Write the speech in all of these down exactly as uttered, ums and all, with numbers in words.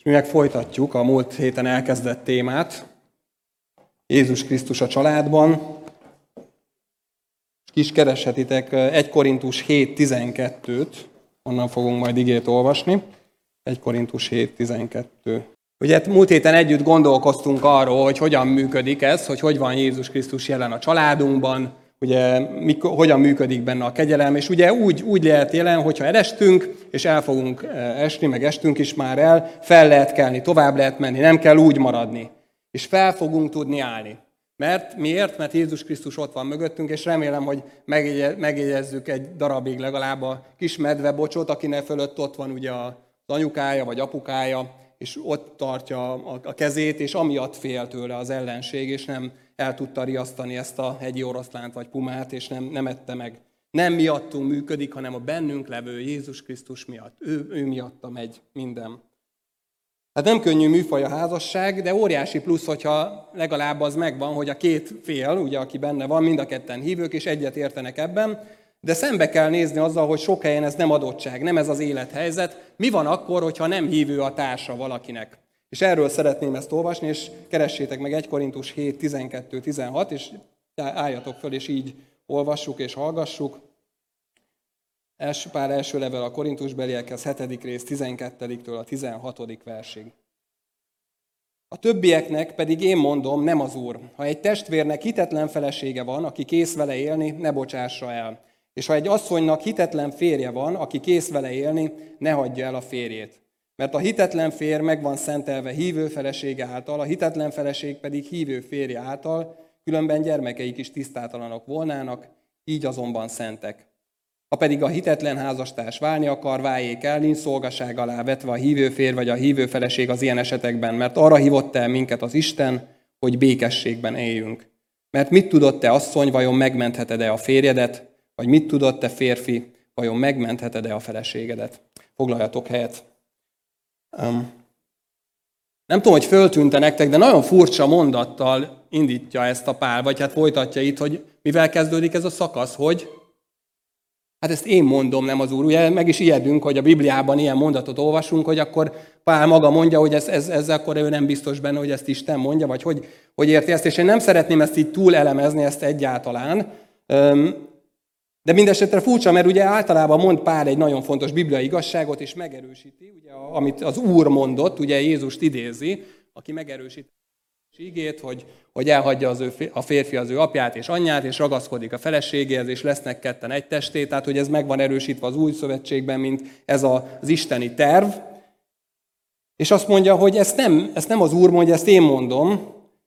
És mi meg folytatjuk a múlt héten elkezdett témát, Jézus Krisztus a családban. Kis kereshetitek egy Korintus hét tizenkettőt, onnan fogunk majd igét olvasni. egy Korintus hét tizenkettő. Ugye múlt héten együtt gondolkoztunk arról, hogy hogyan működik ez, hogy hogy van Jézus Krisztus jelen a családunkban, ugye mikor, hogyan működik benne a kegyelem, és ugye úgy, úgy lehet jelen, hogyha elestünk, és el fogunk esni, meg estünk is már el, fel lehet kelni, tovább lehet menni, nem kell úgy maradni. És fel fogunk tudni állni. Mert miért? Mert Jézus Krisztus ott van mögöttünk, és remélem, hogy megjegyezzük egy darabig legalább a kis medvebocsot, akinek fölött ott van ugye az anyukája vagy apukája, és ott tartja a kezét, és amiatt fél tőle az ellenség, és nem el tudta riasztani ezt a hegyi oroszlánt vagy pumát, és nem, nem ette meg. Nem miattunk működik, hanem a bennünk levő Jézus Krisztus miatt. Ő, ő miatta megy minden. Hát nem könnyű műfaj a házasság, de óriási plusz, hogyha legalább az megvan, hogy a két fél, ugye, aki benne van, mind a ketten hívők, és egyet értenek ebben, de szembe kell nézni azzal, hogy sok helyen ez nem adottság, nem ez az élethelyzet. Mi van akkor, hogyha nem hívő a társa valakinek? És erről szeretném ezt olvasni, és keressétek meg egy Korintus hét tizenkettő tizenhat, és álljatok föl, és így olvassuk és hallgassuk. Első, pár első level a Korintusbeliekhez, hetedik rész, tizenkettőtől a tizenhatodik versig. A többieknek pedig én mondom, nem az Úr. Ha egy testvérnek hitetlen felesége van, aki kész vele élni, ne bocsássa el. És ha egy asszonynak hitetlen férje van, aki kész vele élni, ne hagyja el a férjét. Mert a hitetlen férj meg van szentelve hívő felesége által, a hitetlen feleség pedig hívő férje által, különben gyermekeik is tisztátalanok volnának, így azonban szentek. Ha pedig a hitetlen házastárs válni akar, váljék el, nincs szolgaság alá vetve a hívő férj vagy a hívő feleség az ilyen esetekben, mert arra hívott el minket az Isten, hogy békességben éljünk. Mert mit tudott te asszony, vajon megmentheted-e a férjedet, vagy mit tudott te férfi, vajon megmentheted-e a feleségedet? Foglaljatok helyet. Um, nem tudom, hogy föltűnt-e nektek, de nagyon furcsa mondattal indítja ezt a Pál, vagy hát folytatja itt, hogy mivel kezdődik ez a szakasz, hogy hát ezt én mondom, nem az Úr. Ugye meg is ijedünk, hogy a Bibliában ilyen mondatot olvasunk, hogy akkor Pál maga mondja, hogy ez, ez, ez akkor ő nem biztos benne, hogy ezt Isten mondja, vagy hogy, hogy érti ezt. És én nem szeretném ezt így túl elemezni, ezt egyáltalán. De mindesetre furcsa, mert ugye általában mond Pál egy nagyon fontos bibliai igazságot, és megerősíti, ugye, amit az Úr mondott, ugye Jézust idézi, aki megerősíti ígét, hogy, hogy elhagyja az ő, a férfi az ő apját és anyját, és ragaszkodik a feleségéhez, és lesznek ketten egy testé, tehát hogy ez meg van erősítve az új szövetségben, mint ez az isteni terv. És azt mondja, hogy ezt nem, ezt nem az Úr mondja, ezt én mondom.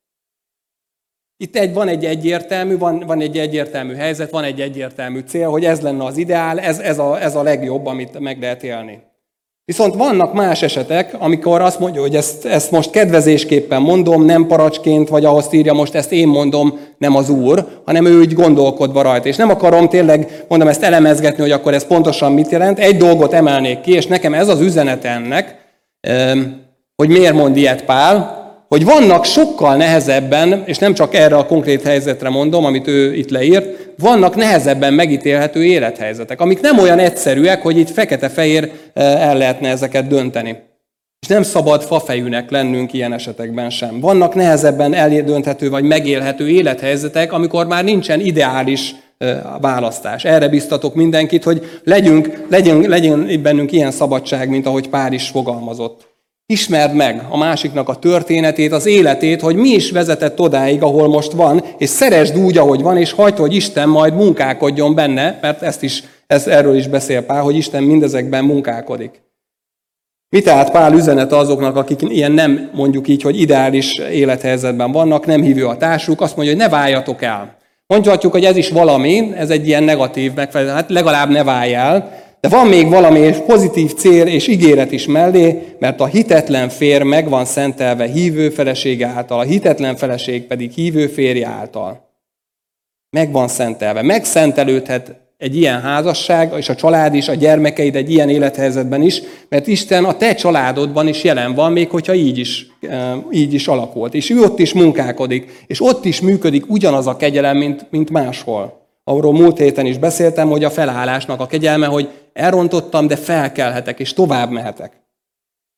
Itt egy, van egy egyértelmű, van, van egy egyértelmű helyzet, van egy egyértelmű cél, hogy ez lenne az ideál, ez, ez, a, ez a legjobb, amit meg lehet élni. Viszont vannak más esetek, amikor azt mondja, hogy ezt, ezt most kedvezésképpen mondom, nem paracsként, vagy ahhoz írja, most ezt én mondom, nem az Úr, hanem ő úgy gondolkodva rajta. És nem akarom tényleg, mondom, ezt elemezgetni, hogy akkor ez pontosan mit jelent. Egy dolgot emelnék ki, és nekem ez az üzenet ennek, hogy miért mond ilyet Pál, hogy vannak sokkal nehezebben, és nem csak erre a konkrét helyzetre mondom, amit ő itt leírt, vannak nehezebben megítélhető élethelyzetek, amik nem olyan egyszerűek, hogy itt fekete-fehér el lehetne ezeket dönteni. És nem szabad fafejűnek lennünk ilyen esetekben sem. Vannak nehezebben eldönthető vagy megélhető élethelyzetek, amikor már nincsen ideális választás. Erre biztatok mindenkit, hogy legyünk, legyen, legyen bennünk ilyen szabadság, mint ahogy Pál is fogalmazott. Ismerd meg a másiknak a történetét, az életét, hogy mi is vezetett odáig, ahol most van, és szeresd úgy, ahogy van, és hagyd, hogy Isten majd munkálkodjon benne, mert ezt is, ez, erről is beszél Pál, hogy Isten mindezekben munkálkodik. Mi tehát Pál üzenete azoknak, akik ilyen nem mondjuk így, hogy ideális élethelyzetben vannak, nem hívő a társuk, azt mondja, hogy ne váljatok el. Mondhatjuk, hogy ez is valami, ez egy ilyen negatív megfelelő, hát legalább ne válj el, de van még valami pozitív cél és ígéret is mellé, mert a hitetlen férj meg van szentelve hívő felesége által, a hitetlen feleség pedig hívő férje által. Meg van szentelve. Megszentelődhet egy ilyen házasság, és a család is, a gyermekeid egy ilyen élethelyzetben is, mert Isten a te családodban is jelen van, még hogyha így is, így is alakult. És ő ott is munkálkodik, és ott is működik ugyanaz a kegyelem, mint, mint máshol. Arról múlt héten is beszéltem, hogy a felállásnak a kegyelme, hogy elrontottam, de felkelhetek, és tovább mehetek.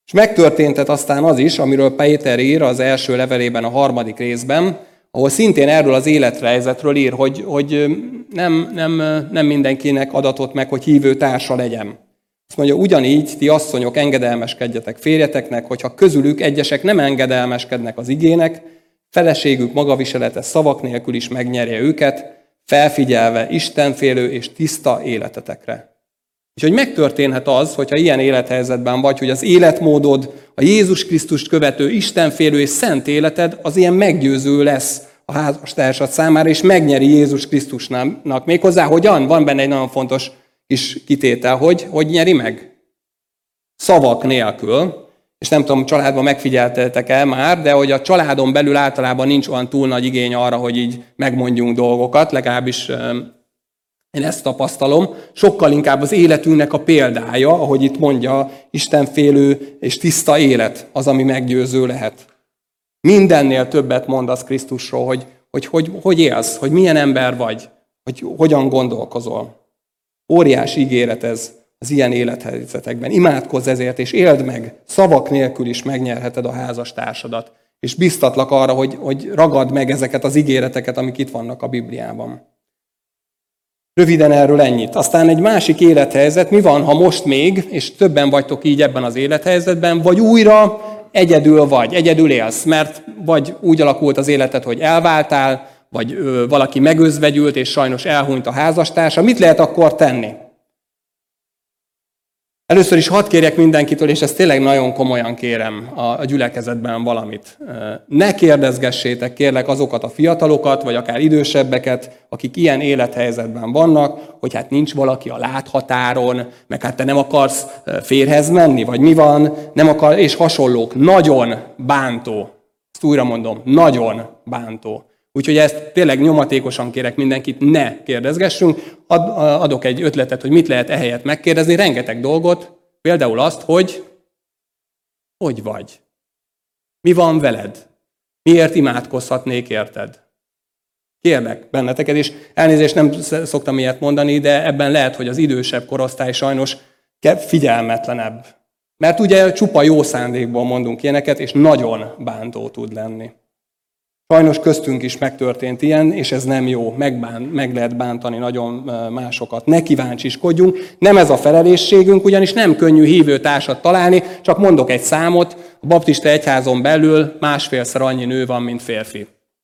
És megtörténtett aztán az is, amiről Péter ír az első levelében, a harmadik részben, ahol szintén erről az élethelyzetről ír, hogy, hogy nem, nem, nem mindenkinek adatott meg, hogy hívő társa legyen. Azt mondja, ugyanígy ti asszonyok engedelmeskedjetek férjeteknek, hogyha közülük egyesek nem engedelmeskednek az igének, feleségük magaviselete szavak nélkül is megnyerje őket, felfigyelve istenfélő és tiszta életetekre. És hogy megtörténhet az, hogyha ilyen élethelyzetben vagy, hogy az életmódod, a Jézus Krisztust követő istenfélő és szent életed az ilyen meggyőző lesz a házastársad számára, és megnyeri Jézus Krisztusnak. Méghozzá hogyan? Van benne egy nagyon fontos kis kitétel, hogy hogy nyeri meg? Szavak nélkül. És nem tudom, családban megfigyeltetek-e már, de hogy a családon belül általában nincs olyan túl nagy igény arra, hogy így megmondjunk dolgokat, legalábbis én ezt tapasztalom. Sokkal inkább az életünknek a példája, ahogy itt mondja, istenfélő és tiszta élet az, ami meggyőző lehet. Mindennél többet mondasz Krisztusról, hogy hogy, hogy hogy élsz, hogy milyen ember vagy, hogy hogyan gondolkozol. Óriási ígéret ez az ilyen élethelyzetekben. Imádkozz ezért, és éld meg, szavak nélkül is megnyerheted a házastársadat. És biztatlak arra, hogy, hogy ragadd meg ezeket az ígéreteket, amik itt vannak a Bibliában. Röviden erről ennyit. Aztán egy másik élethelyzet, mi van, ha most még, és többen vagytok így ebben az élethelyzetben, vagy újra egyedül vagy, egyedül élsz, mert vagy úgy alakult az életed, hogy elváltál, vagy ö, valaki megözvegyült, és sajnos elhunyt a házastársa. Mit lehet akkor tenni? Először is hadd kérjek mindenkitől, és ezt tényleg nagyon komolyan kérem a gyülekezetben valamit. Ne kérdezgessétek, kérlek, azokat a fiatalokat, vagy akár idősebbeket, akik ilyen élethelyzetben vannak, hogy hát nincs valaki a láthatáron, meg hát te nem akarsz férjhez menni, vagy mi van, nem akar, és hasonlók. Nagyon bántó. Ezt újra mondom, nagyon bántó. Úgyhogy ezt tényleg nyomatékosan kérek mindenkit, ne kérdezgessünk. Ad, adok egy ötletet, hogy mit lehet ehelyett megkérdezni, rengeteg dolgot, például azt, hogy hogy vagy? Mi van veled? Miért imádkozhatnék érted? Kérlek benneteket, és elnézést nem szoktam ilyet mondani, de ebben lehet, hogy az idősebb korosztály sajnos figyelmetlenebb. Mert ugye csupa jó szándékból mondunk ilyeneket, és nagyon bántó tud lenni. Sajnos köztünk is megtörtént ilyen, és ez nem jó, Megbán, meg lehet bántani nagyon másokat. Ne kíváncsiskodjunk, nem ez a felelősségünk, ugyanis nem könnyű hívőtársat találni, csak mondok egy számot, a baptista egyházon belül másfélszer annyi nő van, mint férfi.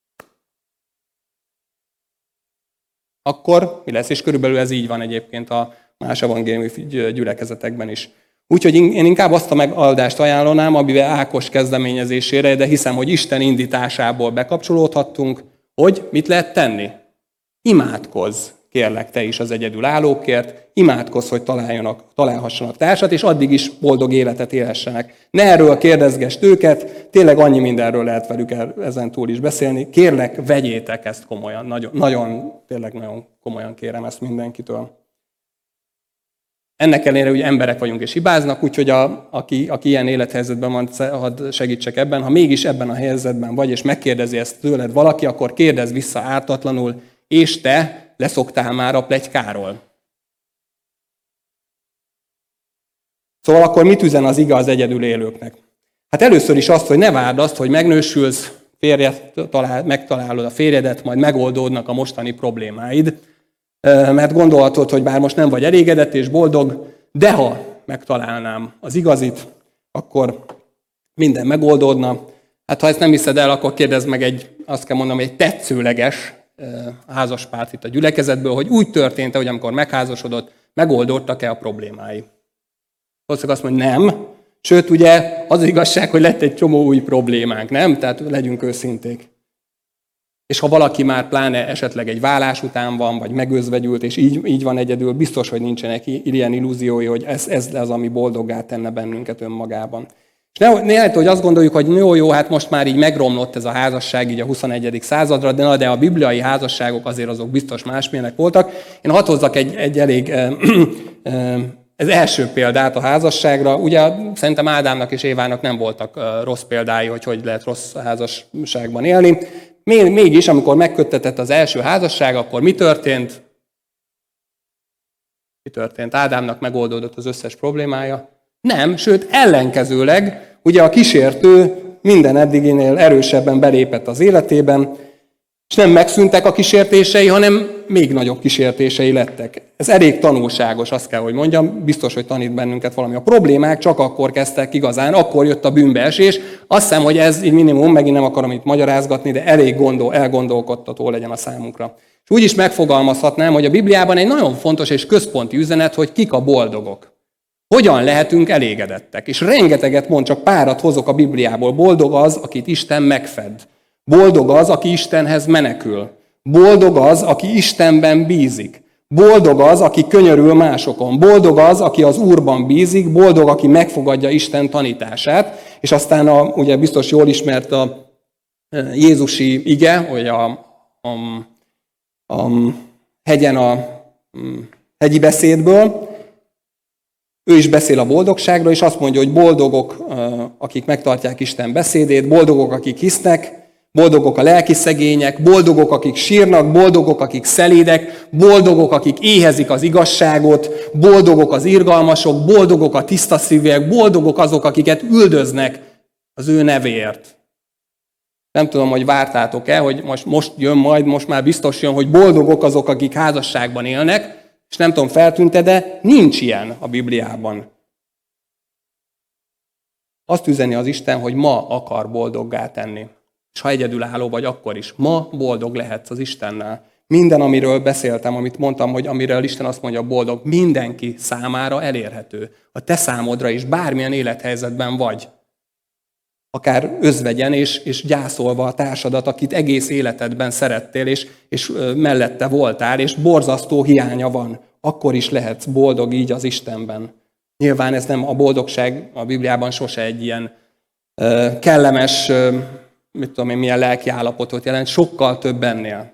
Akkor mi lesz? És körülbelül ez így van egyébként a más evangéliumi gyülekezetekben is. Úgyhogy én inkább azt a megoldást ajánlanám, amivel Ákos kezdeményezésére, de hiszem, hogy Isten indításából bekapcsolódhattunk, hogy mit lehet tenni? Imádkozz, kérlek te is az egyedül állókért, imádkozz, hogy találjanak, találhassanak társat, és addig is boldog életet élhessenek. Ne erről kérdezgesd őket, tényleg annyi mindenről lehet velük ezen túl is beszélni. Kérlek, vegyétek ezt komolyan, nagyon, nagyon tényleg nagyon komolyan kérem ezt mindenkitől. Ennek ellenére, hogy emberek vagyunk és hibáznak, úgyhogy a, aki, aki ilyen élethelyzetben van, hadd segítsek ebben. Ha mégis ebben a helyzetben vagy, és megkérdezi ezt tőled valaki, akkor kérdezz vissza ártatlanul, és te leszoktál már a pletykáról. Szóval akkor mit üzen az ige az egyedül élőknek? Hát először is azt, hogy ne várd azt, hogy megnősülsz, férjet talál, megtalálod a férjedet, majd megoldódnak a mostani problémáid, mert gondolhatod, hogy bár most nem vagy elégedett és boldog, de ha megtalálnám az igazit, akkor minden megoldódna. Hát ha ezt nem hiszed el, akkor kérdezd meg egy, azt kell mondanom, egy tetszőleges házaspárt itt a gyülekezetből, hogy úgy történt, hogy amikor megházasodott, megoldódtak-e a problémái. Valószínűleg azt mondja, nem. Sőt, ugye az igazság, hogy lett egy csomó új problémánk, nem? Tehát legyünk őszinték. És ha valaki már pláne esetleg egy vállás után van, vagy megözvegyült, és így, így van egyedül, biztos, hogy nincsenek ilyen illúziói, hogy ez, ez az, ami boldoggá tenne bennünket önmagában. És néha, hogy azt gondoljuk, hogy jó, jó, hát most már így megromlott ez a házasság így a huszonegyedik századra, de, na, de a bibliai házasságok azért azok biztos másmilyenek voltak. Én hadd hozzak egy, egy elég ez első példát a házasságra. Ugye szerintem Ádámnak és Évának nem voltak rossz példái, hogy hogy lehet rossz házasságban élni. Mégis, amikor megköttetett az első házasság, akkor mi történt? Mi történt? Ádámnak megoldódott az összes problémája, Nem, sőt ellenkezőleg, ugye a kísértő minden eddiginél erősebben belépett az életében, és nem megszűntek a kísértései, hanem még nagyobb kísértései lettek. Ez elég tanulságos, azt kell, hogy mondjam, biztos, hogy tanít bennünket valami. A problémák csak akkor kezdtek igazán, akkor jött a bűnbeesés. Azt hiszem, hogy ez így minimum, megint nem akarom itt magyarázgatni, de elég gondol, elgondolkodtató legyen a számunkra. És úgy is megfogalmazhatnám, hogy a Bibliában egy nagyon fontos és központi üzenet, hogy kik a boldogok. Hogyan lehetünk elégedettek? És rengeteget mond, csak párat hozok a Bibliából. Boldog az, akit Isten megfed. Boldog az, aki Istenhez menekül. Boldog az, aki Istenben bízik. Boldog az, aki könyörül másokon. Boldog az, aki az Úrban bízik. Boldog, aki megfogadja Isten tanítását. És aztán a, ugye biztos jól ismert a jézusi ige, hogy a, a, a hegyen a hegyi beszédből, ő is beszél a boldogságról, és azt mondja, hogy boldogok, akik megtartják Isten beszédét, boldogok, akik hisznek, boldogok a lelki szegények, boldogok, akik sírnak, boldogok, akik szelédek, boldogok, akik éhezik az igazságot, boldogok az irgalmasok, boldogok a tiszta szívűek, boldogok azok, akiket üldöznek az ő nevéért. Nem tudom, hogy vártátok-e, hogy most, most jön majd, most már biztos jön, hogy boldogok azok, akik házasságban élnek, és nem tudom, feltűnt-e, de nincs ilyen a Bibliában. Azt üzeni az Isten, hogy ma akar boldoggá tenni. És ha egyedülálló vagy, akkor is. Ma boldog lehetsz az Istennel. Minden, amiről beszéltem, amit mondtam, hogy amiről Isten azt mondja, boldog, mindenki számára elérhető. A te számodra is, bármilyen élethelyzetben vagy. Akár özvegyen és, és gyászolva a társadat, akit egész életedben szerettél, és, és mellette voltál, és borzasztó hiánya van. Akkor is lehetsz boldog így az Istenben. Nyilván ez nem a boldogság a Bibliában sose egy ilyen uh, kellemes, uh, mit tudom én, milyen lelki állapotot jelent, sokkal több ennél.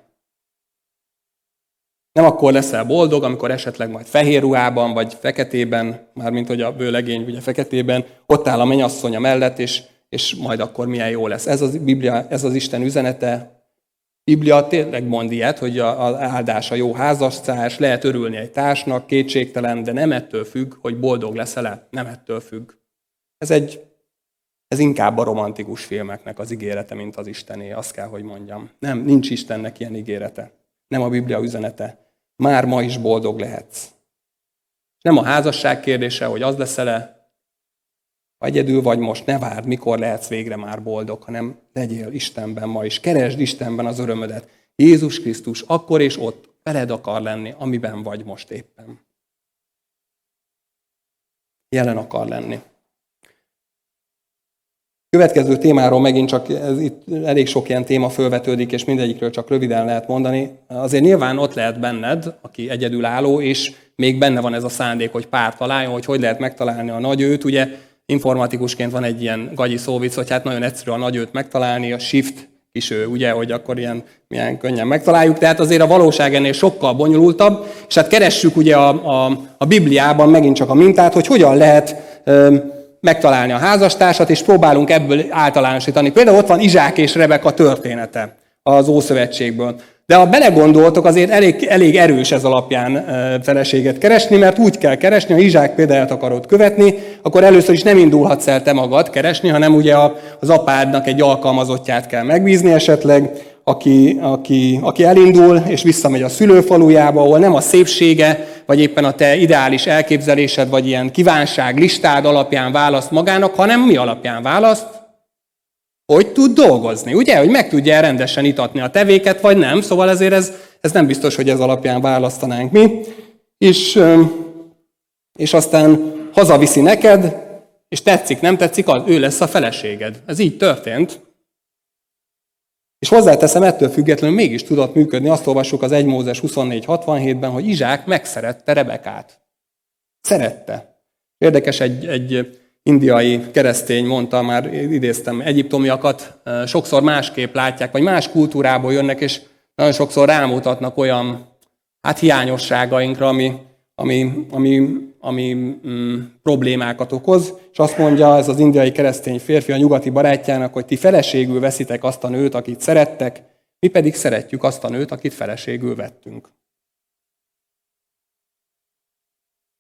Nem akkor leszel boldog, amikor esetleg majd fehér ruhában, vagy feketében, mármint hogy a vőlegény ugye feketében, ott áll a mennyasszonya mellett, és és majd akkor milyen jó lesz. Ez az, Biblia, ez az Isten üzenete. Biblia tényleg mond ilyet, hogy az áldás a jó házastárs, lehet örülni egy társnak, kétségtelen, de nem ettől függ, hogy boldog leszel-e. Nem ettől függ. Ez, egy, ez inkább a romantikus filmeknek az ígérete, mint az Istené, azt kell, hogy mondjam. Nem, nincs Istennek ilyen ígérete. Nem a Biblia üzenete. Már ma is boldog lehetsz. Nem a házasság kérdése, hogy az leszel-e, ha egyedül vagy most, ne várd, mikor lehetsz végre már boldog, hanem legyél Istenben ma is. Keresd Istenben az örömödet. Jézus Krisztus akkor és ott veled akar lenni, amiben vagy most éppen. Jelen akar lenni. Következő témáról megint csak, ez itt elég sok ilyen téma fölvetődik, és mindegyikről csak röviden lehet mondani. Azért nyilván ott lehet benned, aki egyedülálló, és még benne van ez a szándék, hogy párt találjon, hogy hogy lehet megtalálni a nagy őt. Ugye informatikusként van egy ilyen gagyi szóvic, hogy hát nagyon egyszerű a nagy őt megtalálni, a shift kis ő, ugye, hogy akkor ilyen milyen könnyen megtaláljuk. Tehát azért a valóság ennél sokkal bonyolultabb, és hát keressük ugye a, a, a Bibliában megint csak a mintát, hogy hogyan lehet ö, megtalálni a házastársat, és próbálunk ebből általánosítani. Például ott van Izsák és Rebeka története az Ószövetségből. De ha belegondoltok, azért elég, elég erős ez alapján feleséget keresni, mert úgy kell keresni, ha Izsák példáját akarod követni, akkor először is nem indulhatsz el te magad keresni, hanem ugye az apádnak egy alkalmazottját kell megbízni esetleg, aki, aki, aki elindul és visszamegy a szülőfalujába, ahol nem a szépsége, vagy éppen a te ideális elképzelésed, vagy ilyen kívánság listád alapján választ magának, hanem mi alapján választ? Hogy tud dolgozni, ugye? Hogy meg tudja rendesen itatni a tevéket, vagy nem. Szóval ezért ez, ez nem biztos, hogy ez alapján választanánk mi. És, és aztán hazaviszi neked, és tetszik, nem tetszik, az ő lesz a feleséged. Ez így történt. És hozzáteszem, ettől függetlenül mégis tudott működni. Azt olvassuk az egy Mózes huszonnégy hatvanhétben, hogy Izsák megszerette Rebekát. Szerette. Érdekes, egy... egy indiai keresztény mondta, már idéztem, egyiptomiakat sokszor másképp látják, vagy más kultúrából jönnek, és nagyon sokszor rámutatnak olyan hát hiányosságainkra, ami, ami, ami, ami mm, problémákat okoz, és azt mondja ez az indiai keresztény férfi a nyugati barátjának, hogy ti feleségül veszitek azt a nőt, akit szerettek, mi pedig szeretjük azt a nőt, akit feleségül vettünk.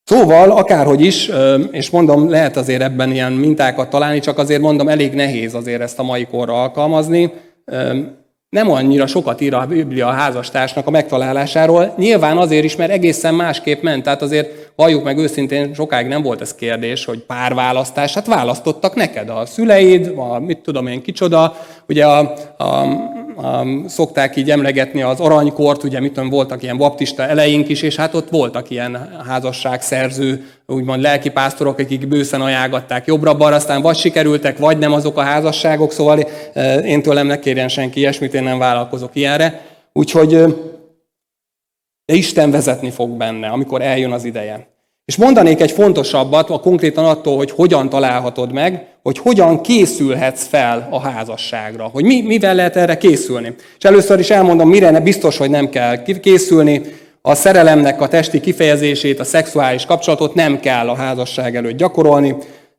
Szóval, akárhogy is, és mondom, lehet azért ebben ilyen mintákat találni, csak azért mondom, elég nehéz azért ezt a mai korra alkalmazni. Nem annyira sokat ír a Biblia a házastársnak a megtalálásáról, nyilván azért is, mert egészen másképp ment. Tehát azért valljuk meg őszintén, sokáig nem volt ez kérdés, hogy párválasztás. Hát választottak neked a szüleid, a mit tudom én kicsoda. Ugye a, a, a, szokták így emlegetni az aranykort, ugye mit tudom, voltak ilyen baptista eleink is, és hát ott voltak ilyen házasságszerző, úgymond lelkipásztorok, akik bőszen ajánlgatták jobbra-balra, aztán vagy sikerültek, vagy nem azok a házasságok, szóval én tőlem ne kérjen senki ilyesmit, én nem vállalkozok ilyenre. Úgyhogy de Isten vezetni fog benne, amikor eljön az ideje. És mondanék egy fontosabbat, a konkrétan attól, hogy hogyan találhatod meg, hogy hogyan készülhetsz fel a házasságra, hogy mi, mivel lehet erre készülni. És először is elmondom, mire biztos, hogy nem kell készülni. A szerelemnek a testi kifejezését, a szexuális kapcsolatot nem kell a házasság előtt gyakorolni.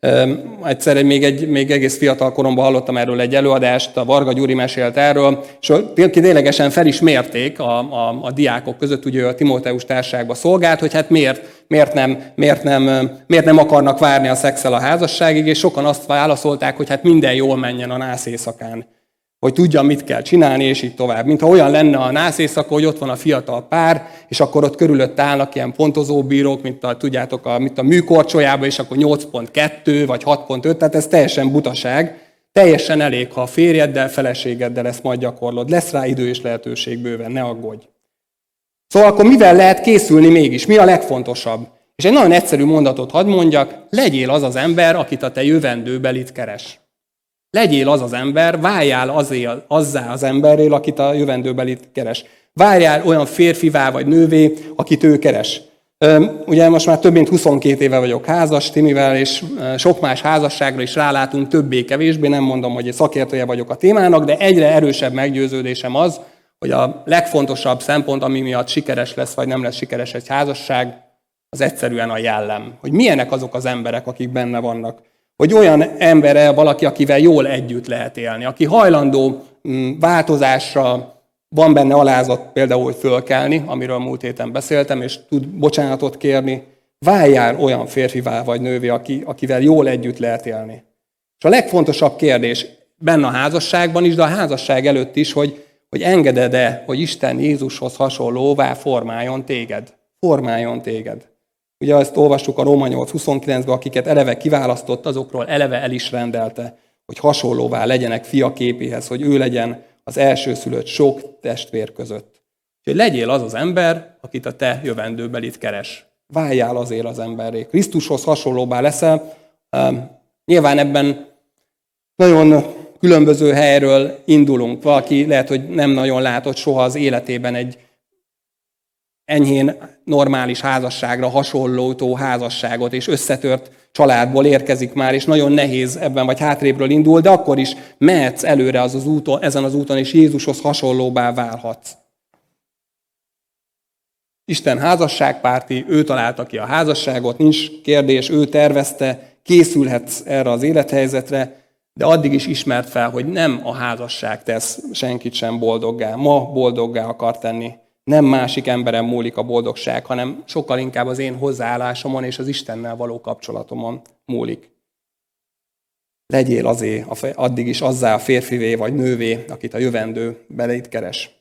Egyszer még, egy, még egész fiatal koromban hallottam erről egy előadást, a Varga Gyuri mesélt erről, és ténylegesen fel is mérték a, a, a diákok között, ugye a Timóteus társaságban szolgált, hogy hát miért, miért, nem, miért, nem, miért nem akarnak várni a szexel a házasságig, és sokan azt válaszolták, hogy hát minden jól menjen a nász éjszakán, hogy tudja, mit kell csinálni, és így tovább. Mintha olyan lenne a nász éjszaka, hogy ott van a fiatal pár, és akkor ott körülött állnak ilyen pontozóbírók, mint a, tudjátok, a, mint a műkorcsolyába, és akkor nyolc pont kettő vagy hat pont öt, tehát ez teljesen butaság. Teljesen elég, ha a férjeddel, feleségeddel ezt majd gyakorlod. Lesz rá idő és lehetőség bőven, ne aggódj. Szóval akkor mivel lehet készülni mégis? Mi a legfontosabb? És egy nagyon egyszerű mondatot hadd mondjak, legyél az az ember, akit a te jövendőbelit keres. Legyél az az ember, váljál azért, azzá az emberrel, akit a jövendőbelit keres. Váljál olyan férfivá vagy nővé, akit ő keres. Ugye most már több mint huszonkét éve vagyok házas Timivel, és sok más házasságra is rálátunk többé-kevésbé, nem mondom, hogy szakértője vagyok a témának, de egyre erősebb meggyőződésem az, hogy a legfontosabb szempont, ami miatt sikeres lesz, vagy nem lesz sikeres egy házasság, az egyszerűen a jellem. Hogy milyenek azok az emberek, akik benne vannak. Hogy olyan embere valaki, akivel jól együtt lehet élni, aki hajlandó változásra, van benne alázat például, hogy fölkelni, amiről múlt héten beszéltem, és tud bocsánatot kérni, váljál olyan férfivá vagy nővé, aki, akivel jól együtt lehet élni. És a legfontosabb kérdés benne a házasságban is, de a házasság előtt is, hogy, hogy engeded-e, hogy Isten Jézushoz hasonlóvá formáljon téged. Formáljon téged. Ugye ezt olvastuk a Róma nyolc huszonkilencben, akiket eleve kiválasztott, azokról eleve el is rendelte, hogy hasonlóvá legyenek fia képéhez, hogy ő legyen az elsőszülött sok testvér között. Úgyhogy legyél az az ember, akit a te jövendőbelit keres. Váljál azért az emberré. Krisztushoz hasonlóbbá leszel. Nyilván ebben nagyon különböző helyről indulunk. Valaki lehet, hogy nem nagyon látott soha az életében egy enyhén normális házasságra hasonló házasságot, és összetört családból érkezik már, és nagyon nehéz ebben, vagy hátrébről indul, de akkor is mehetsz előre az az úton, ezen az úton, és Jézushoz hasonlóbbá válhatsz. Isten házasságpárti, ő találta ki a házasságot, nincs kérdés, ő tervezte, készülhetsz erre az élethelyzetre, de addig is ismert fel, hogy nem a házasság tesz senkit sem boldoggá. Ma boldoggá akar tenni. Nem másik emberen múlik a boldogság, hanem sokkal inkább az én hozzáállásomon és az Istennel való kapcsolatomon múlik. Legyél azért addig is azzá a férfivé vagy nővé, akit a jövendő belét keres.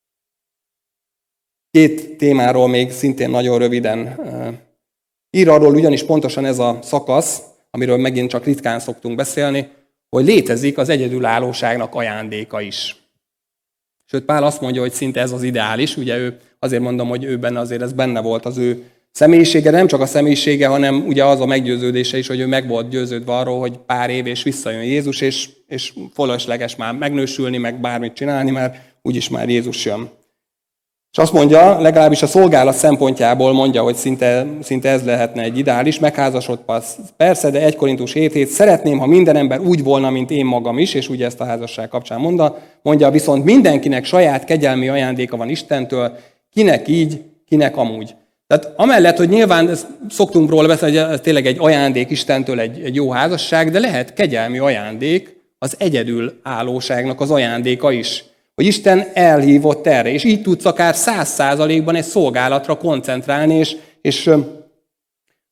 Két témáról még szintén nagyon röviden ír arról, ugyanis pontosan ez a szakasz, amiről megint csak ritkán szoktunk beszélni, hogy létezik az egyedülállóságnak ajándéka is. Sőt, Pál azt mondja, hogy szinte ez az ideális, ugye ő, azért mondom, hogy ő benne azért ez benne volt az ő személyisége, de nem csak a személyisége, hanem ugye az a meggyőződése is, hogy ő meg volt győződve arról, hogy pár év és visszajön Jézus, és, és fölösleges már megnősülni, meg bármit csinálni, mert úgyis már Jézus jön. És azt mondja, legalábbis a szolgálat szempontjából mondja, hogy szinte, szinte ez lehetne egy ideális, megházasodsz persze, de egy Korintus hét hét, szeretném, ha minden ember úgy volna, mint én magam is, és ugye ezt a házasság kapcsán mondja, mondja, viszont mindenkinek saját kegyelmi ajándéka van Istentől, kinek így, kinek amúgy. Tehát amellett, hogy nyilván ezt szoktunk róla beszélni, hogy ez tényleg egy ajándék Istentől, egy, egy jó házasság, de lehet kegyelmi ajándék az egyedülállóságnak az ajándéka is. Hogy Isten elhívott erre, és így tudsz akár száz százalékban egy szolgálatra koncentrálni, és, és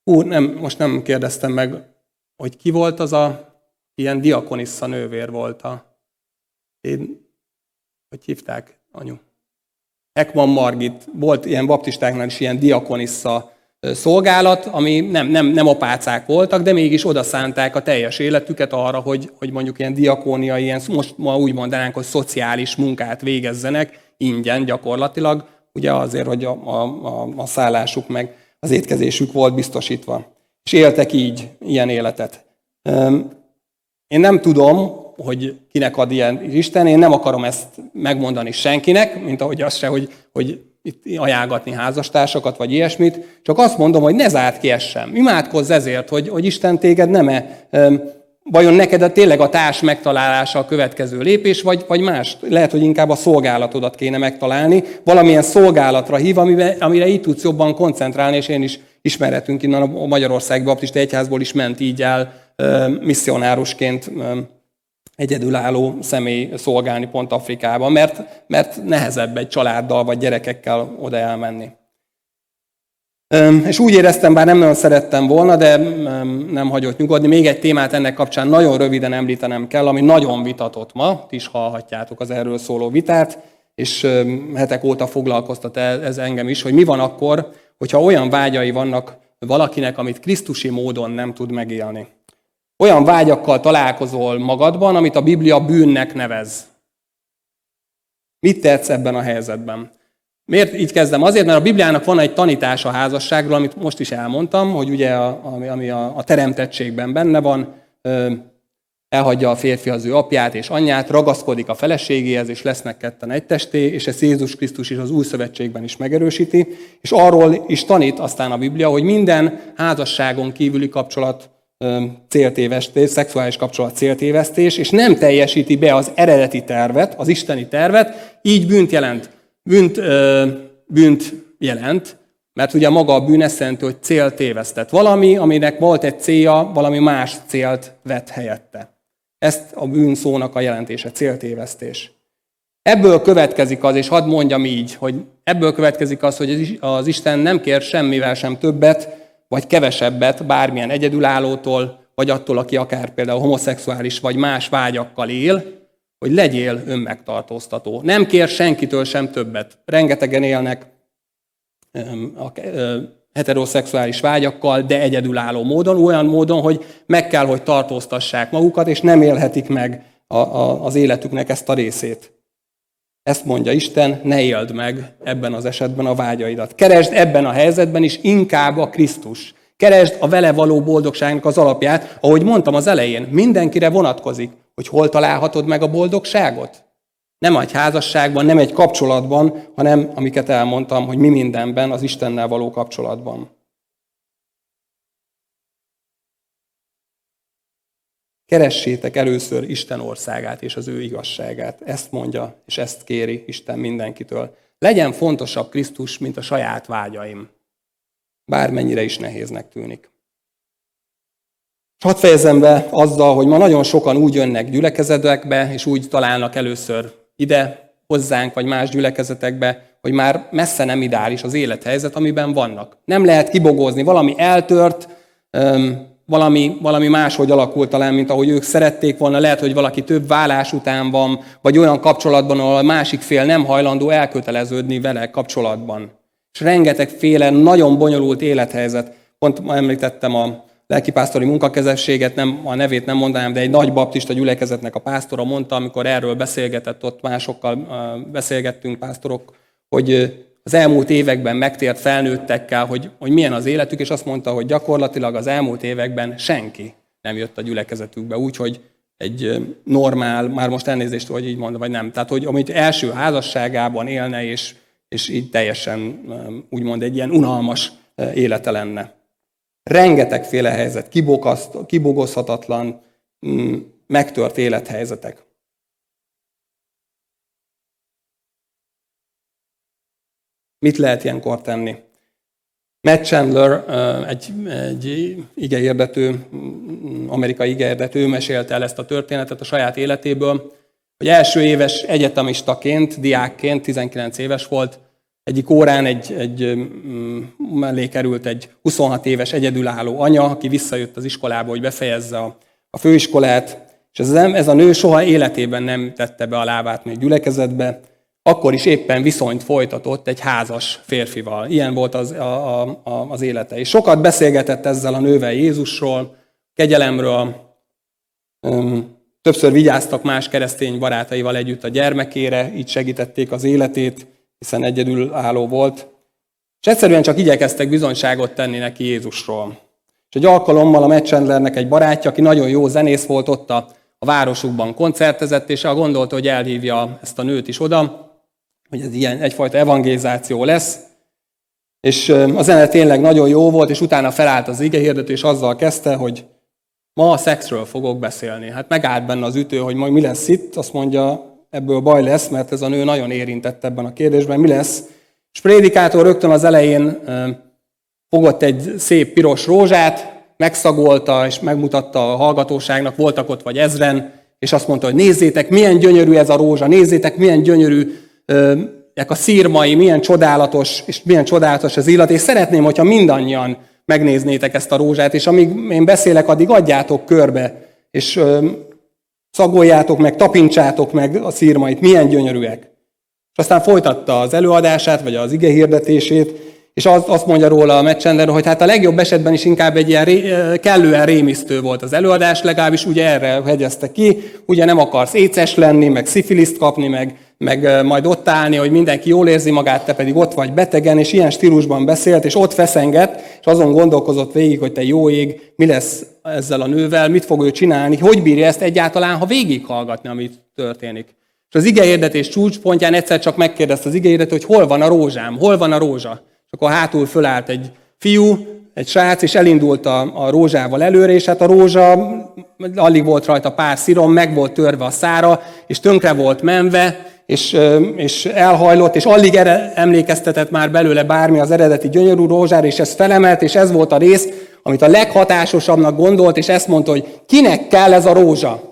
Ú, nem, most nem kérdeztem meg, hogy ki volt az a ilyen diakonissza nővér volt a... Én, hogy hívták, anyu? Ekman Margit. Volt ilyen baptistáknál is ilyen diakonissza szolgálat, ami nem, nem, nem apácák voltak, de mégis odaszánták a teljes életüket arra, hogy, hogy mondjuk ilyen diakóniai, ilyen, most ma úgy mondanánk, hogy szociális munkát végezzenek, ingyen gyakorlatilag, ugye azért, hogy a, a, a szállásuk meg az étkezésük volt biztosítva. És éltek így, ilyen életet. Én nem tudom, hogy kinek ad ilyen Isten, én nem akarom ezt megmondani senkinek, mint ahogy az se, hogy, hogy itt ajánlgatni házastársakat, vagy ilyesmit, csak azt mondom, hogy ne zárd ki ezt sem. Imádkozz ezért, hogy, hogy Isten téged nem-e, vajon neked a, tényleg a társ megtalálása a következő lépés, vagy, vagy más. Lehet, hogy inkább a szolgálatodat kéne megtalálni, valamilyen szolgálatra hív, amire, amire így tudsz jobban koncentrálni, és én is ismerhetünk innen a Magyarországi Baptista Egyházból is ment így el misszionárusként egyedülálló személy szolgálni pont Afrikában, mert, mert nehezebb egy családdal vagy gyerekekkel oda elmenni. És úgy éreztem, bár nem nagyon szerettem volna, de nem hagyott nyugodni. Még egy témát ennek kapcsán nagyon röviden említenem kell, ami nagyon vitatott ma, ti is hallhatjátok az erről szóló vitát, és hetek óta foglalkoztat ez engem is, hogy mi van akkor, hogyha olyan vágyai vannak valakinek, amit krisztusi módon nem tud megélni. Olyan vágyakkal találkozol magadban, amit a Biblia bűnnek nevez. Mit tetsz ebben a helyzetben? Miért így kezdem? Azért, mert a Bibliának van egy tanítás a házasságról, amit most is elmondtam, hogy ugye a, ami, ami a, a teremtettségben benne van, elhagyja a férfi az ő apját és anyját, ragaszkodik a feleségéhez, és lesznek ketten egy testé, és ezt Jézus Krisztus is az Új Szövetségben is megerősíti, és arról is tanít aztán a Biblia, hogy minden házasságon kívüli kapcsolat céltévesztés, szexuális kapcsolat céltévesztés, és nem teljesíti be az eredeti tervet, az isteni tervet, így bűnt jelent. Bűnt, ö, bűnt jelent, mert ugye maga a bűn ezt jelenti, hogy céltévesztett. Valami, aminek volt egy célja, valami más célt vett helyette. Ezt a bűn szónak a jelentése, céltévesztés. Ebből következik az, és hadd mondjam így, hogy ebből következik az, hogy az Isten nem kér semmivel sem többet, vagy kevesebbet bármilyen egyedülállótól, vagy attól, aki akár például homoszexuális, vagy más vágyakkal él, hogy legyél önmegtartóztató. Nem kér senkitől sem többet. Rengetegen élnek a heteroszexuális vágyakkal, de egyedülálló módon, olyan módon, hogy meg kell, hogy tartóztassák magukat, és nem élhetik meg a, a, az életüknek ezt a részét. Ezt mondja Isten, ne éld meg ebben az esetben a vágyaidat. Keresd ebben a helyzetben is inkább a Krisztus. Keresd a vele való boldogságnak az alapját, ahogy mondtam az elején, mindenkire vonatkozik, hogy hol találhatod meg a boldogságot. Nem egy házasságban, nem egy kapcsolatban, hanem, amiket elmondtam, hogy mi mindenben az Istennel való kapcsolatban. Keressétek először Isten országát és az ő igazságát. Ezt mondja, és ezt kéri Isten mindenkitől. Legyen fontosabb Krisztus, mint a saját vágyaim. Bármennyire is nehéznek tűnik. Hadd fejezzem be azzal, hogy ma nagyon sokan úgy jönnek gyülekezetekbe, és úgy találnak először ide, hozzánk, vagy más gyülekezetekbe, hogy már messze nem ideális az élethelyzet, amiben vannak. Nem lehet kibogózni, valami eltört, valami, valami máshogy alakult talán, mint ahogy ők szerették volna. Lehet, hogy valaki több vállás után van, vagy olyan kapcsolatban, ahol a másik fél nem hajlandó elköteleződni vele kapcsolatban. És rengetegféle nagyon bonyolult élethelyzet. Pont ma említettem a lelkipásztori munkakezességet, nem, a nevét nem mondanám, de egy nagy baptista gyülekezetnek a pásztora mondta, amikor erről beszélgetett, ott másokkal beszélgettünk pásztorok, hogy az elmúlt években megtért felnőttekkel, hogy, hogy milyen az életük, és azt mondta, hogy gyakorlatilag az elmúlt években senki nem jött a gyülekezetükbe, úgyhogy egy normál, már most elnézést, hogy így mondom, vagy nem. Tehát, hogy amit első házasságában élne, és, és így teljesen úgymond egy ilyen unalmas élete lenne. Rengetegféle helyzet, kibogozhatatlan, megtört élethelyzetek. Mit lehet ilyenkor tenni? Matt Chandler, egy, egy igehirdető, amerikai igehirdető, mesélte el ezt a történetet a saját életéből, hogy első éves egyetemistaként, diákként, tizenkilenc éves volt, Egyik órán egy, egy mellé került egy huszonhat éves egyedülálló anya, aki visszajött az iskolába, hogy befejezze a, a főiskolát, és ez, ez a nő soha életében nem tette be a lábát még gyülekezetbe, akkor is éppen viszonyt folytatott egy házas férfival. Ilyen volt az, a, a, az élete. És sokat beszélgetett ezzel a nővel Jézusról, kegyelemről, többször vigyáztak más keresztény barátaival együtt a gyermekére, így segítették az életét, hiszen egyedülálló volt. És egyszerűen csak igyekeztek bizonyságot tenni neki Jézusról. És egy alkalommal a Matt Chandlernek egy barátja, aki nagyon jó zenész volt, ott a, a városukban koncertezett, és gondolta, hogy elhívja ezt a nőt is oda, hogy ez ilyen egyfajta evangelizáció lesz. És a zene tényleg nagyon jó volt, és utána felállt az igehirdető, és azzal kezdte, hogy ma a szexről fogok beszélni. Hát megállt benne az ütő, hogy majd mi lesz itt, azt mondja, ebből baj lesz, mert ez a nő nagyon érintett ebben a kérdésben, mi lesz. És prédikátor rögtön az elején fogott egy szép piros rózsát, megszagolta, és megmutatta a hallgatóságnak, voltak ott vagy ezren, és azt mondta, hogy nézzétek, milyen gyönyörű ez a rózsa, nézzétek, milyen gyönyörű a szírmai, milyen csodálatos, és milyen csodálatos az illat, és szeretném, hogyha mindannyian megnéznétek ezt a rózsát, és amíg én beszélek, addig adjátok körbe, és szagoljátok meg, tapincsátok meg a szírmait, milyen gyönyörűek. És aztán folytatta az előadását, vagy az ige hirdetését, és azt mondja róla a Matt Chandler, hogy hát a legjobb esetben is inkább egy ilyen ré, kellően rémisztő volt az előadás, legalábbis ugye erre hegyezte ki, ugye nem akarsz éces lenni, meg szifiliszt kapni, meg, meg majd ott állni, hogy mindenki jól érzi magát, te pedig ott vagy betegen, és ilyen stílusban beszélt, és ott feszengett, és azon gondolkozott végig, hogy te jó ég, mi lesz ezzel a nővel, mit fog ő csinálni, hogy bírja ezt egyáltalán, ha végighallgatni, amit történik. És az igehirdetés csúcspontján egyszer csak megkérdezte az igehirdetés, hogy hol van a rózsám, hol van a rózsa. És akkor hátul fölállt egy fiú, egy srác, és elindult a, a rózsával előre, és hát a rózsa, alig volt rajta pár szirom, meg volt törve a szára, és tönkre volt menve, és, és elhajlott, és alig emlékeztetett már belőle bármi az eredeti gyönyörű rózsára, és ez felemelt, és ez volt a rész, amit a leghatásosabbnak gondolt, és ezt mondta, hogy kinek kell ez a rózsa?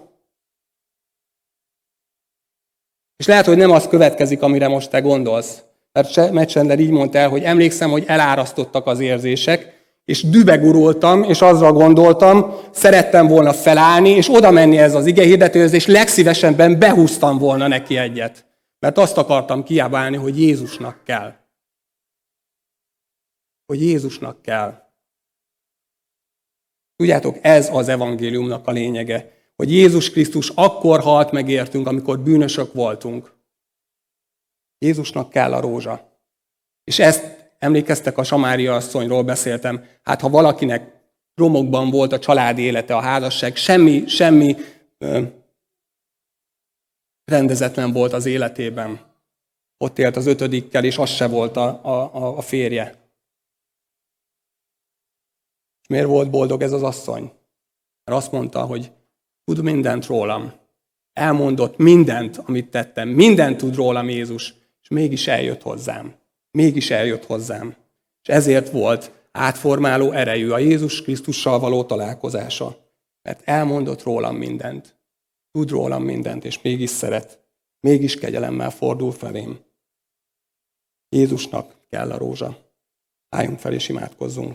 És lehet, hogy nem az következik, amire most te gondolsz. Mert Matt Chandler így mondta el, hogy emlékszem, hogy elárasztottak az érzések, és dübegurultam, és azra gondoltam, szerettem volna felállni, és oda menni ez az igehirdetőhöz, és legszívesebben behúztam volna neki egyet. Mert azt akartam kiabálni, hogy Jézusnak kell. Hogy Jézusnak kell. Tudjátok, ez az evangéliumnak a lényege. Hogy Jézus Krisztus akkor halt meg értünk, amikor bűnösök voltunk. Jézusnak kell a rózsa. És ezt emlékeztek, a Samária asszonyról beszéltem. Hát ha valakinek romokban volt a családi élete, a házasság, semmi, semmi ö, rendezetlen volt az életében. Ott élt az ötödikkel, és az se volt a, a, a férje. És miért volt boldog ez az asszony? Mert azt mondta, hogy tud mindent rólam. Elmondott mindent, amit tettem. Mindent tud rólam Jézus. És mégis eljött hozzám. Mégis eljött hozzám. És ezért volt átformáló erejű a Jézus Krisztussal való találkozása. Mert elmondott rólam mindent. Tud rólam mindent, és mégis szeret. Mégis kegyelemmel fordul felém. Jézusnak kell a rózsa. Álljunk fel és imádkozzunk.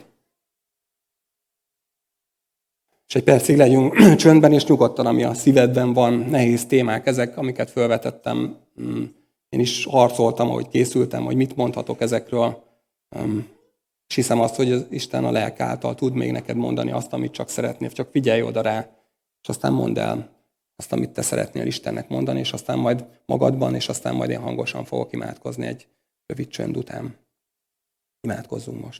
És egy percig legyünk csöndben és nyugodtan, ami a szívedben van. Nehéz témák ezek, amiket felvetettem. Én is harcoltam, ahogy készültem, hogy mit mondhatok ezekről. És hiszem azt, hogy az Isten a lelk által tud még neked mondani azt, amit csak szeretnél. Csak figyelj oda rá, és aztán mondd el azt, amit te szeretnél Istennek mondani, és aztán majd magadban, és aztán majd én hangosan fogok imádkozni egy rövid csönd után. Imádkozzunk most.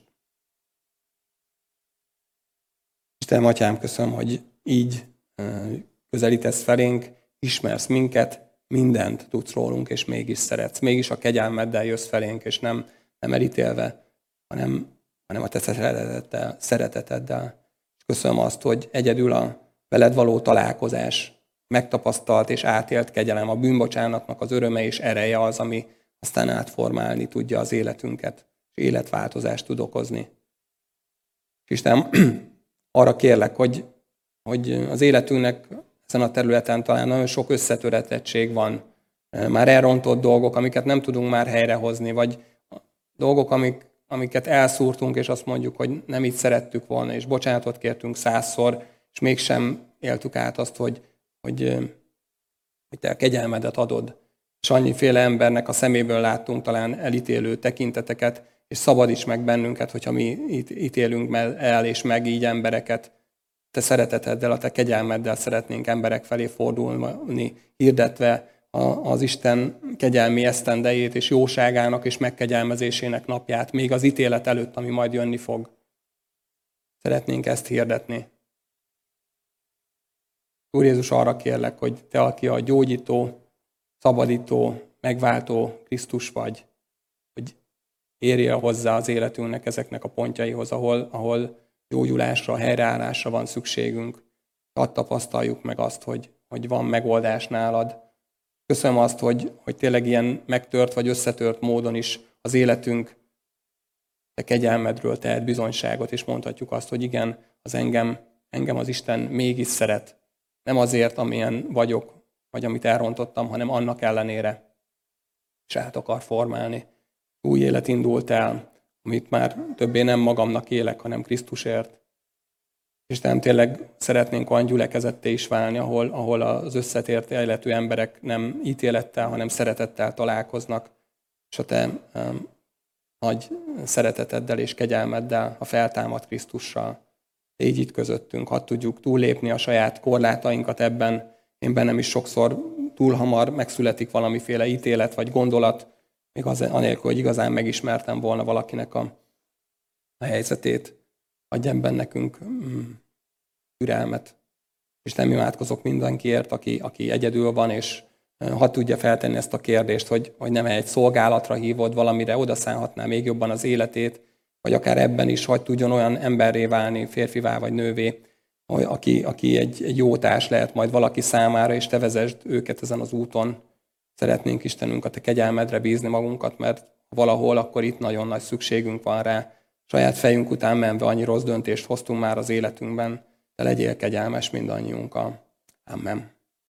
Istenem, Atyám, köszönöm, hogy így közelítesz felénk, ismersz minket, mindent tudsz rólunk, és mégis szeretsz. Mégis a kegyelmeddel jössz felénk, és nem, nem elítélve, hanem, hanem a te szereteteddel, szereteteddel. Köszönöm azt, hogy egyedül a veled való találkozás, megtapasztalt és átélt kegyelem, a bűnbocsánatnak az öröme és ereje az, ami aztán átformálni tudja az életünket, és életváltozást tud okozni. Istenem, arra kérlek, hogy, hogy az életünknek ezen a területen talán nagyon sok összetöretettség van, már elrontott dolgok, amiket nem tudunk már helyrehozni, vagy dolgok, amik, amiket elszúrtunk, és azt mondjuk, hogy nem így szerettük volna, és bocsánatot kértünk százszor, és mégsem éltük át azt, hogy, hogy, hogy te a kegyelmedet adod. És annyiféle embernek a szeméből láttunk talán elítélő tekinteteket, és szabadíts meg bennünket, hogyha mi ítélünk el, és meg így embereket. Te szereteteddel, a te kegyelmeddel szeretnénk emberek felé fordulni, hirdetve az Isten kegyelmi esztendejét és jóságának és megkegyelmezésének napját, még az ítélet előtt, ami majd jönni fog. Szeretnénk ezt hirdetni. Úr Jézus, arra kérlek, hogy te, aki a gyógyító, szabadító, megváltó Krisztus vagy, hogy érjél hozzá az életünknek ezeknek a pontjaihoz, ahol, ahol gyógyulásra, helyreállásra van szükségünk. Hadd tapasztaljuk meg azt, hogy, hogy van megoldás nálad. Köszönöm azt, hogy, hogy tényleg ilyen megtört vagy összetört módon is az életünk te kegyelmedről tehet bizonyságot, és mondhatjuk azt, hogy igen, az engem, engem az Isten mégis szeret. Nem azért, amilyen vagyok, vagy amit elrontottam, hanem annak ellenére, és át akar formálni. Új élet indult el, amit már többé nem magamnak élek, hanem Krisztusért. És nem tényleg szeretnénk olyan gyülekezetté is válni, ahol, ahol az összetért életű emberek nem ítélettel, hanem szeretettel találkoznak, és a te um, nagy szereteteddel és kegyelmeddel, a feltámadt Krisztussal. Így itt közöttünk, hadd tudjuk túllépni a saját korlátainkat ebben. Én bennem is sokszor túl hamar megszületik valamiféle ítélet vagy gondolat, még az, anélkül, hogy igazán megismertem volna valakinek a, a helyzetét. Adj ebben nekünk mm, türelmet. És nem imádkozok mindenkiért, aki, aki egyedül van, és hadd tudja feltenni ezt a kérdést, hogy, hogy nem egy szolgálatra hívod, valamire odaszánhatná még jobban az életét, vagy akár ebben is hadd tudjon olyan emberré válni, férfivá vagy nővé, aki, aki egy, egy jó társ lehet majd valaki számára, és te vezesd őket ezen az úton. Szeretnénk Istenünk a te kegyelmedre bízni magunkat, mert valahol akkor itt nagyon nagy szükségünk van rá. Saját fejünk után menve annyi rossz döntést hoztunk már az életünkben, de legyél kegyelmes mindannyiunkkal. Amen.